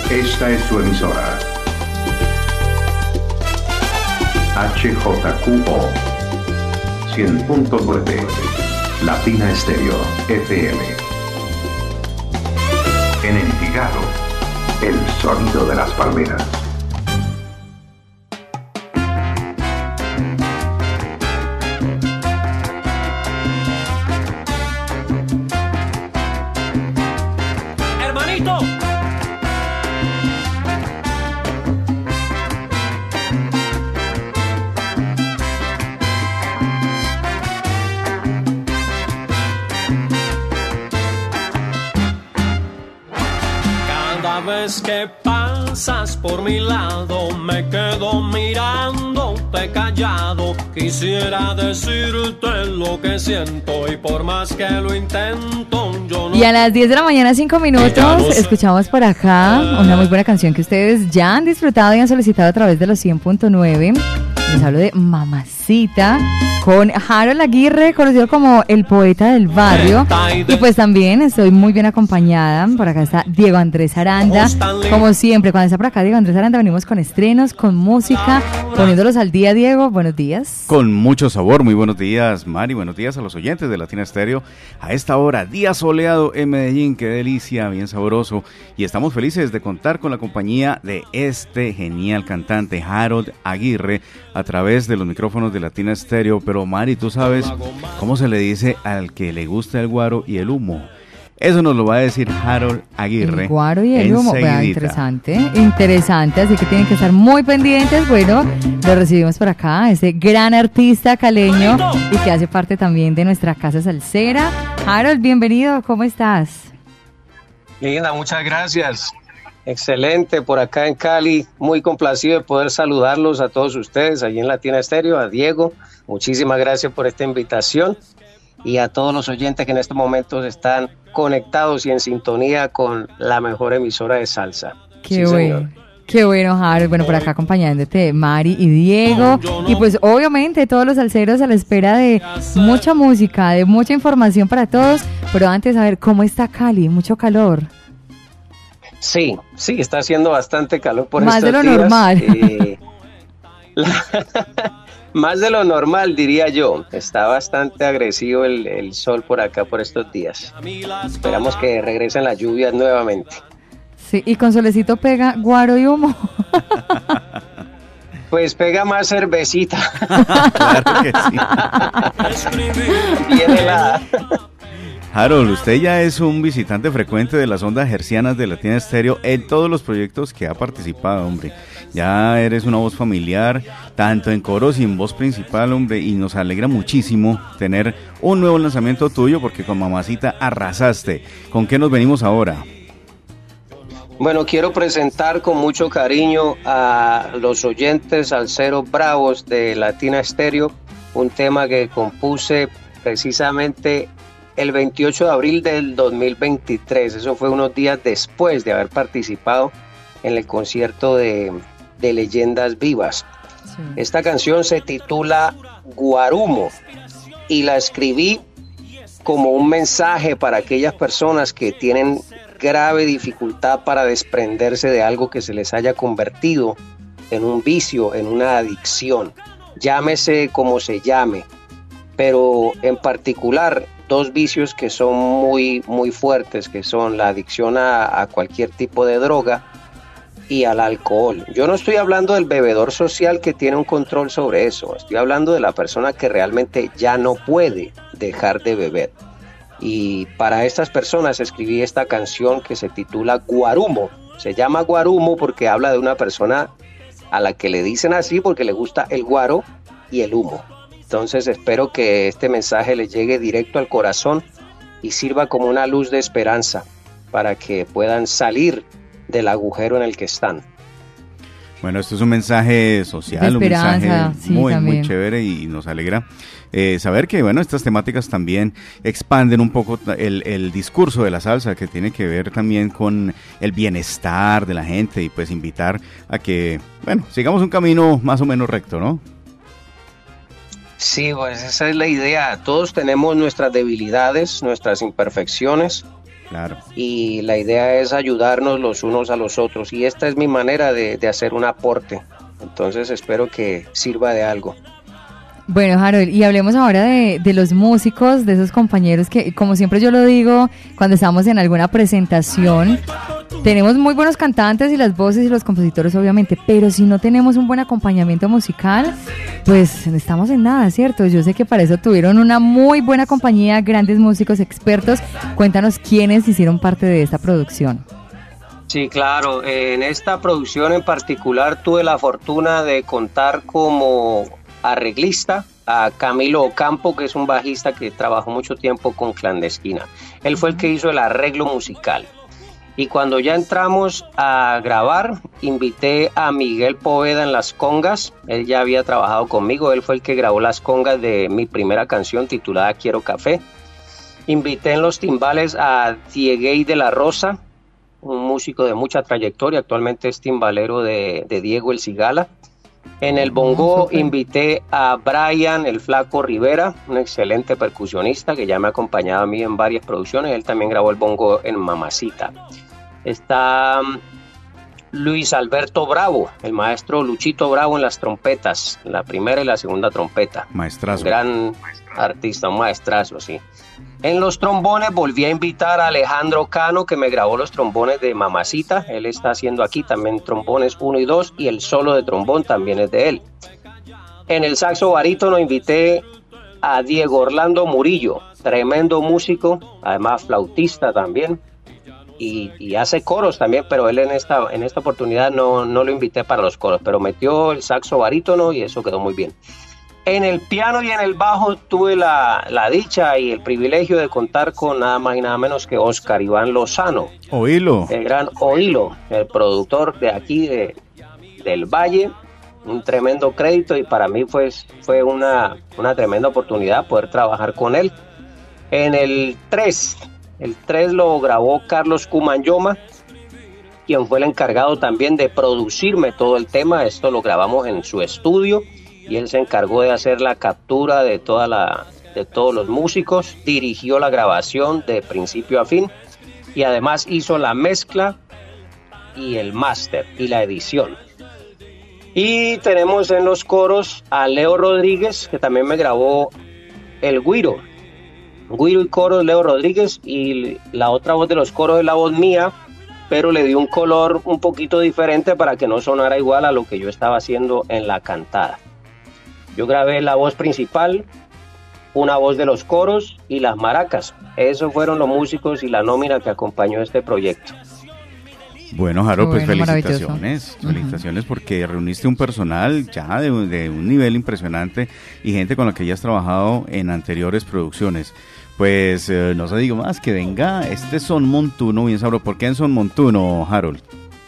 Esta es su emisora. HJQO 100.9 Latina Estéreo FM. En Envigado, el sonido de las palmeras. Hermanito. Cada vez que pasas por mi lado me quedo mirándote callado. Quisiera decirte lo que siento y por más que lo intento yo no. Y a las 10 de la mañana, 5 minutos, escuchamos por acá una muy buena canción que ustedes ya han disfrutado y han solicitado a través de los 100.9. Les hablo de Mamacita, con Harold Aguirre, conocido como el poeta del barrio. Y pues también estoy muy bien acompañada. Por acá está Diego Andrés Aranda. Como siempre, cuando está por acá Diego Andrés Aranda, venimos con estrenos, con música, poniéndolos al día. Diego, buenos días. Con mucho sabor, muy buenos días, Mari, buenos días a los oyentes de Latina Estéreo. A esta hora, día soleado en Medellín, qué delicia, bien sabroso. Y estamos felices de contar con la compañía de este genial cantante, Harold Aguirre, a través de los micrófonos de Latina Estéreo. Pero Mari, ¿tú sabes cómo se le dice al que le gusta el guaro y el humo? Eso nos lo va a decir Harold Aguirre. El guaro y el humo, vea, interesante, así que tienen que estar muy pendientes. Bueno, lo recibimos por acá, ese gran artista caleño y que hace parte también de nuestra casa salsera. Harold, bienvenido, ¿cómo estás? Linda, muchas gracias. Excelente, por acá en Cali, muy complacido de poder saludarlos a todos ustedes allí en Latina Estéreo, a Diego, muchísimas gracias por esta invitación y a todos los oyentes que en estos momentos están conectados y en sintonía con la mejor emisora de salsa. Qué bueno. Señor. Qué bueno, Harold. Bueno, por acá acompañándote Mari y Diego. Y pues obviamente todos los salseros a la espera de mucha música, de mucha información para todos. Pero antes, a ver, ¿cómo está Cali? Mucho calor. Sí, está haciendo bastante calor por estos días. Más de lo normal. Más de lo normal, diría yo. Está bastante agresivo el sol por acá por estos días. Esperamos que regresen las lluvias nuevamente. Sí, y con solecito pega guaro y humo. Pues pega más cervecita. Claro que sí. Bien helada. Harold, usted ya es un visitante frecuente de las ondas hercianas de Latina Estéreo en todos los proyectos que ha participado, hombre. Ya eres una voz familiar, tanto en coros y en voz principal, hombre, y nos alegra muchísimo tener un nuevo lanzamiento tuyo porque con Mamacita arrasaste. ¿Con qué nos venimos ahora? Bueno, quiero presentar con mucho cariño a los oyentes salseros bravos de Latina Estéreo, un tema que compuse precisamente el 28 de abril del 2023, eso fue unos días después de haber participado en el concierto de Leyendas Vivas. Sí. Esta canción se titula Guarumo y la escribí como un mensaje para aquellas personas que tienen grave dificultad para desprenderse de algo que se les haya convertido en un vicio, en una adicción, llámese como se llame, pero en particular dos vicios que son muy, muy fuertes, que son la adicción a cualquier tipo de droga y al alcohol. Yo no estoy hablando del bebedor social que tiene un control sobre eso, estoy hablando de la persona que realmente ya no puede dejar de beber. Y para estas personas escribí esta canción que se titula Guarumo. Se llama Guarumo porque habla de una persona a la que le dicen así porque le gusta el guaro y el humo. Entonces espero que este mensaje les llegue directo al corazón y sirva como una luz de esperanza para que puedan salir del agujero en el que están. Bueno, esto es un mensaje social, un mensaje muy chévere y nos alegra saber que, bueno, estas temáticas también expanden un poco el discurso de la salsa, que tiene que ver también con el bienestar de la gente y pues invitar a que, bueno, sigamos un camino más o menos recto, ¿no? Sí, pues esa es la idea. Todos tenemos nuestras debilidades, nuestras imperfecciones Claro. Y la idea es ayudarnos los unos a los otros, y esta es mi manera de hacer un aporte. Entonces espero que sirva de algo. Bueno, Harold, y hablemos ahora de los músicos, de esos compañeros que, como siempre yo lo digo, cuando estamos en alguna presentación, tenemos muy buenos cantantes y las voces y los compositores obviamente, pero si no tenemos un buen acompañamiento musical, pues estamos en nada, ¿cierto? Yo sé que para eso tuvieron una muy buena compañía, grandes músicos expertos. Cuéntanos quiénes hicieron parte de esta producción. Sí, claro, en esta producción en particular tuve la fortuna de contar como arreglista a Camilo Ocampo, que es un bajista que trabajó mucho tiempo con Clandestina. Él fue el que hizo el arreglo musical. Y cuando ya entramos a grabar, invité a Miguel Poveda en las congas. Él ya había trabajado conmigo, él fue el que grabó las congas de mi primera canción titulada Quiero Café. Invité en los timbales a Dieguey de la Rosa, un músico de mucha trayectoria, actualmente es timbalero de Diego el Cigala. En el bongo invité a Brian el Flaco Rivera, un excelente percusionista que ya me ha acompañado a mí en varias producciones. Él también grabó el bongo en Mamacita. Está Luis Alberto Bravo, el maestro Luchito Bravo en las trompetas, la primera y la segunda trompeta. Maestrazo. Un gran artista, un maestrazo, sí. En los trombones volví a invitar a Alejandro Cano, que me grabó los trombones de Mamacita. Él está haciendo aquí también trombones 1 y 2, y el solo de trombón también es de él. En el saxo barítono invité a Diego Orlando Murillo, tremendo músico, además flautista también, y hace coros también, pero él en esta oportunidad no lo invité para los coros, pero metió el saxo barítono y eso quedó muy bien. En el piano y en el bajo tuve la dicha y el privilegio de contar con nada más y nada menos que Oscar Iván Lozano. Oílo. El gran Oílo, el productor de aquí del Valle. Un tremendo crédito, y para mí fue una tremenda oportunidad poder trabajar con él. En el 3 lo grabó Carlos Cumanyoma, quien fue el encargado también de producirme todo el tema. Esto lo grabamos en su estudio y él se encargó de hacer la captura de todos los músicos, dirigió la grabación de principio a fin y además hizo la mezcla y el máster y la edición. Y tenemos en los coros a Leo Rodríguez, que también me grabó el güiro y coros, Leo Rodríguez, y la otra voz de los coros es la voz mía, pero le dio un color un poquito diferente para que no sonara igual a lo que yo estaba haciendo en la cantada. Yo grabé la voz principal, una voz de los coros y las maracas. Esos fueron los músicos y la nómina que acompañó este proyecto. Bueno, Harold, pues Bueno, felicitaciones. Felicitaciones porque reuniste un personal ya de un nivel impresionante y gente con la que ya has trabajado en anteriores producciones. Pues no se digo más, que venga este son montuno bien sabroso. ¿Por qué en son montuno, Harold?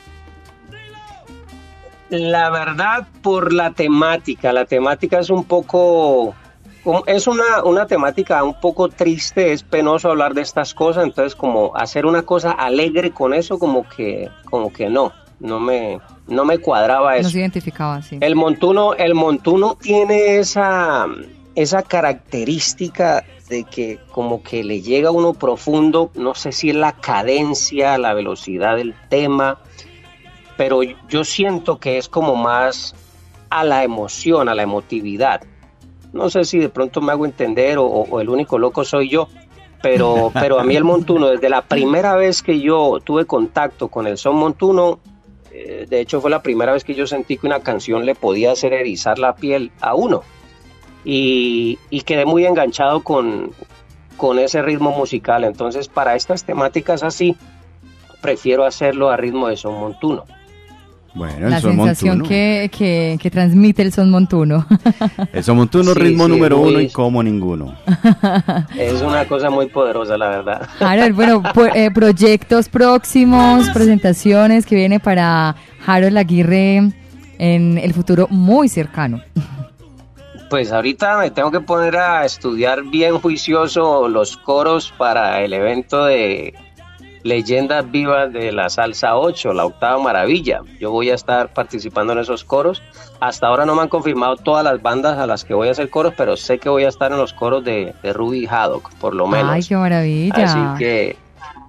La verdad, por la temática. La temática es un poco... Es una temática un poco triste, es penoso hablar de estas cosas, entonces como hacer una cosa alegre con eso, como que no me cuadraba eso. No se identificaba así. El montuno tiene esa característica de que como que le llega a uno profundo, no sé si es la cadencia, la velocidad del tema, pero yo siento que es como más a la emoción, a la emotividad. No sé si de pronto me hago entender o el único loco soy yo, pero a mí el montuno, desde la primera vez que yo tuve contacto con el son montuno, de hecho fue la primera vez que yo sentí que una canción le podía hacer erizar la piel a uno, y quedé muy enganchado con ese ritmo musical. Entonces para estas temáticas así, prefiero hacerlo a ritmo de son montuno. Bueno, la sensación que transmite el son montuno. El son montuno, sí, ritmo número uno y como ninguno. Es una cosa muy poderosa, la verdad. Harold, bueno, proyectos próximos, presentaciones que viene para Harold Aguirre en el futuro muy cercano. Pues ahorita me tengo que poner a estudiar bien juicioso los coros para el evento de Leyendas Vivas de la Salsa 8, la octava maravilla. Yo voy a estar participando en esos coros. Hasta ahora no me han confirmado todas las bandas a las que voy a hacer coros, pero sé que voy a estar en los coros de Ruby Haddock, por lo menos. ¡Ay, qué maravilla! Así que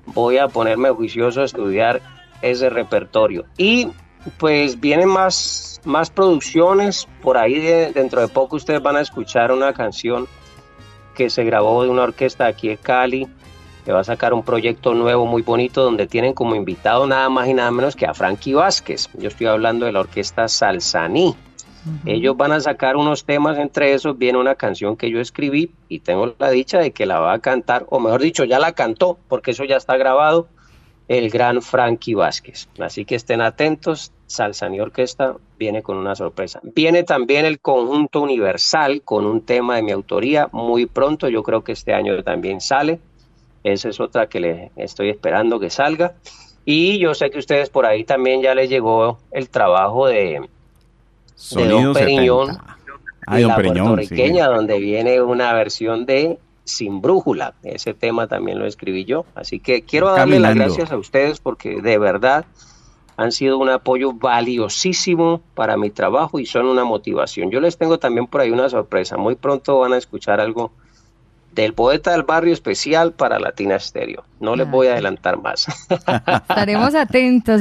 voy a ponerme juicioso a estudiar ese repertorio. Y pues vienen más producciones, por ahí dentro de poco ustedes van a escuchar una canción que se grabó de una orquesta aquí de Cali, que va a sacar un proyecto nuevo muy bonito donde tienen como invitado nada más y nada menos que a Frankie Vázquez. Yo estoy hablando de la orquesta Salsaní. Ellos van a sacar unos temas, entre esos viene una canción que yo escribí y tengo la dicha de que la va a cantar, o mejor dicho, ya la cantó, porque eso ya está grabado, el gran Frankie Vázquez. Así que estén atentos, Salsaní Orquesta viene con una sorpresa. Viene también el Conjunto Universal con un tema de mi autoría muy pronto, yo creo que este año también sale. Esa es otra que le estoy esperando que salga. Y yo sé que ustedes por ahí también ya les llegó el trabajo de Don Periñón, la puertorriqueña, sí, donde viene una versión de Sin Brújula. Ese tema también lo escribí yo. Así que quiero darle las gracias a ustedes porque de verdad han sido un apoyo valiosísimo para mi trabajo y son una motivación. Yo les tengo también por ahí una sorpresa. Muy pronto van a escuchar algo del Poeta del Barrio especial para Latina Estéreo. No les voy a adelantar más. Estaremos atentos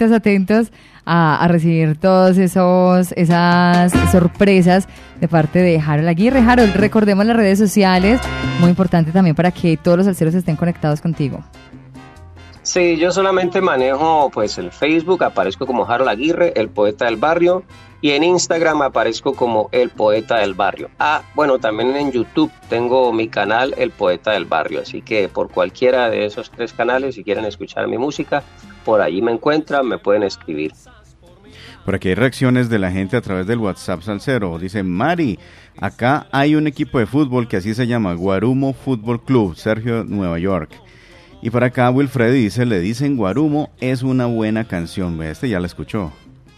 a recibir todas esas sorpresas de parte de Harold Aguirre. Harold, recordemos las redes sociales, muy importante también para que todos los salseros estén conectados contigo. Sí, yo solamente manejo pues el Facebook, aparezco como Harold Aguirre, el Poeta del Barrio, y en Instagram aparezco como el Poeta del Barrio. Bueno, también en YouTube tengo mi canal El Poeta del Barrio, así que por cualquiera de esos 3 canales, si quieren escuchar mi música, por allí me encuentran, me pueden escribir. Por aquí hay reacciones de la gente a través del WhatsApp Salsero. Dice Mari, acá hay un equipo de fútbol que así se llama, Guarumo Fútbol Club, Sergio, Nueva York. Y por acá Wilfredo dice, le dicen Guarumo, es una buena canción. Este ya la escuchó.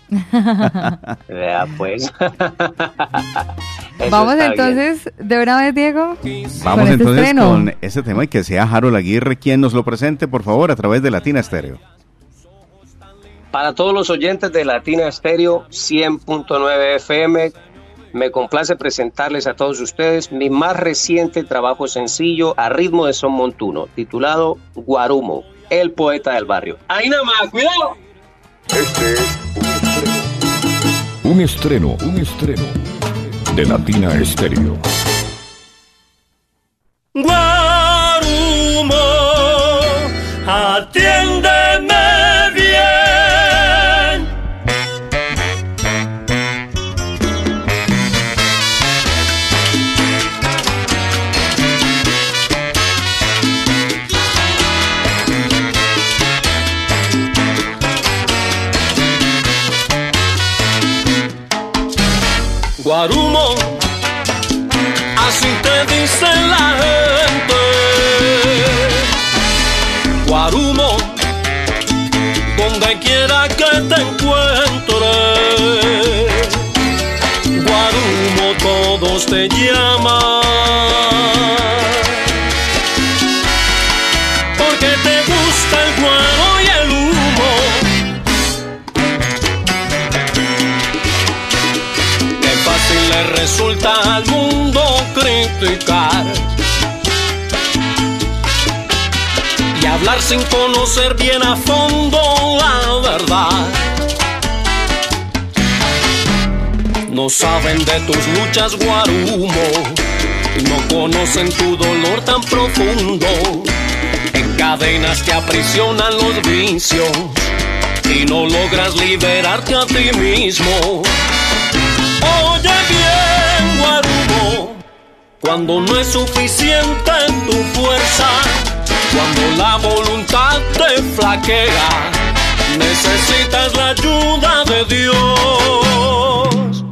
Vea pues. Vamos entonces, bien. De una vez, Diego. Vamos entonces con este tema y que sea Harold Aguirre quien nos lo presente, por favor, a través de Latina Estéreo. Para todos los oyentes de Latina Estéreo 100.9 FM, me complace presentarles a todos ustedes mi más reciente trabajo sencillo a ritmo de son montuno, titulado Guarumo, el Poeta del Barrio. Ahí nada más, cuidado. Este es un estreno de Latina Estéreo. Guarumo, atiéndeme bien. Guarumo, así te dice la gente. Guarumo, donde quiera que te encuentres. Guarumo, todos te llaman, porque te gusta el guaro y el humo. Qué fácil le resulta al mundo criticar y hablar sin conocer bien a fondo la verdad. No saben de tus luchas, Guarumo, no conocen tu dolor tan profundo. En cadenas te aprisionan los vicios y no logras liberarte a ti mismo. Oye bien, Guarumo, cuando no es suficiente tu fuerza, cuando la voluntad te flaquea, necesitas la ayuda de Dios.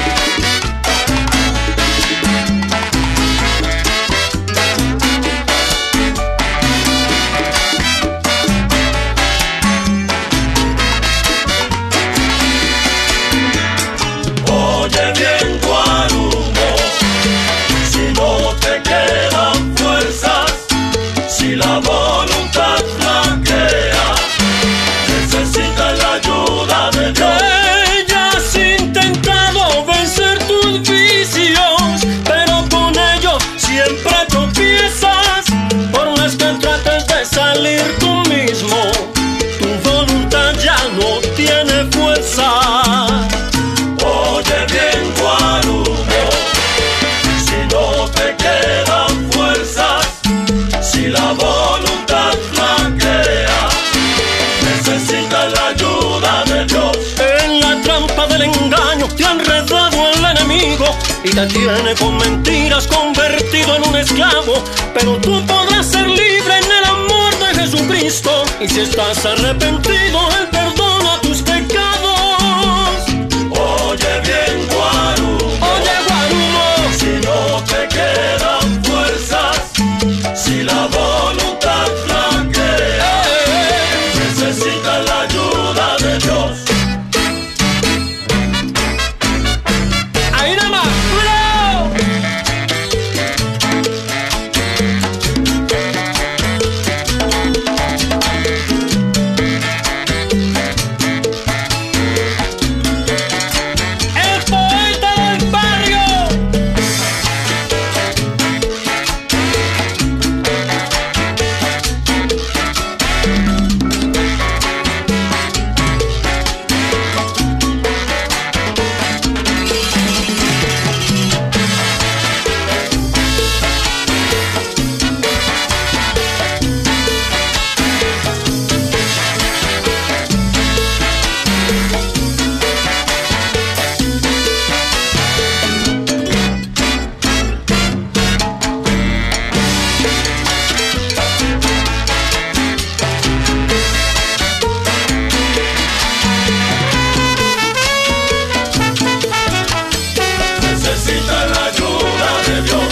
Oye bien, Guarumo, si no te quedan fuerzas, si la voluntad flaquea, necesitas la ayuda de Dios. Ella sí te tiene con mentiras convertido en un esclavo, pero tú podrás ser libre en el amor de Jesucristo, y si estás arrepentido, Él perdona tus pecados. Oye bien, Guarumo, oye, Guarumo, si no te quedan fuerzas, si la voluntad flaquea, necesitas la ayuda de Dios. Ahí nada más, ¡cuidado! El poeta del barrio. Necesita la ayuda de Dios.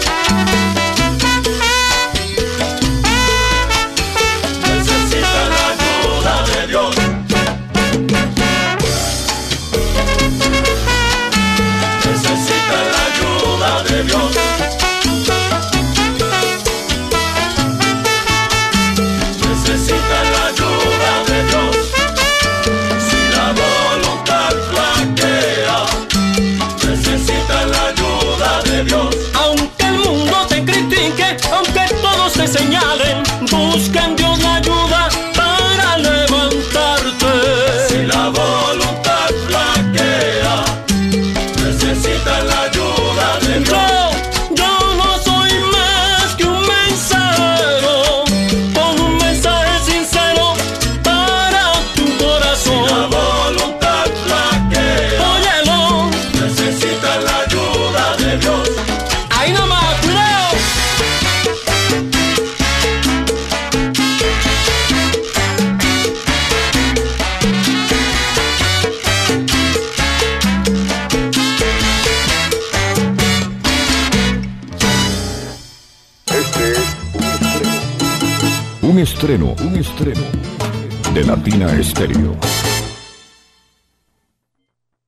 Necesita la ayuda de Dios. Necesita la ayuda de Dios. Necesita la ayuda de Dios. Si la voluntad flaquea, necesita la ayuda de Dios. Aunque el mundo te critique, aunque todos te señalen, busca en Dios la ayuda para levantarte. Si la voluntad flaquea, necesita la ayuda de Dios. Yo no soy más que un mensajero, con un mensaje sincero para tu corazón. Si la voluntad flaquea, óyelo, necesita la ayuda de Dios. Ahí nomás, cuidado. Este es un estreno de Latina Estéreo.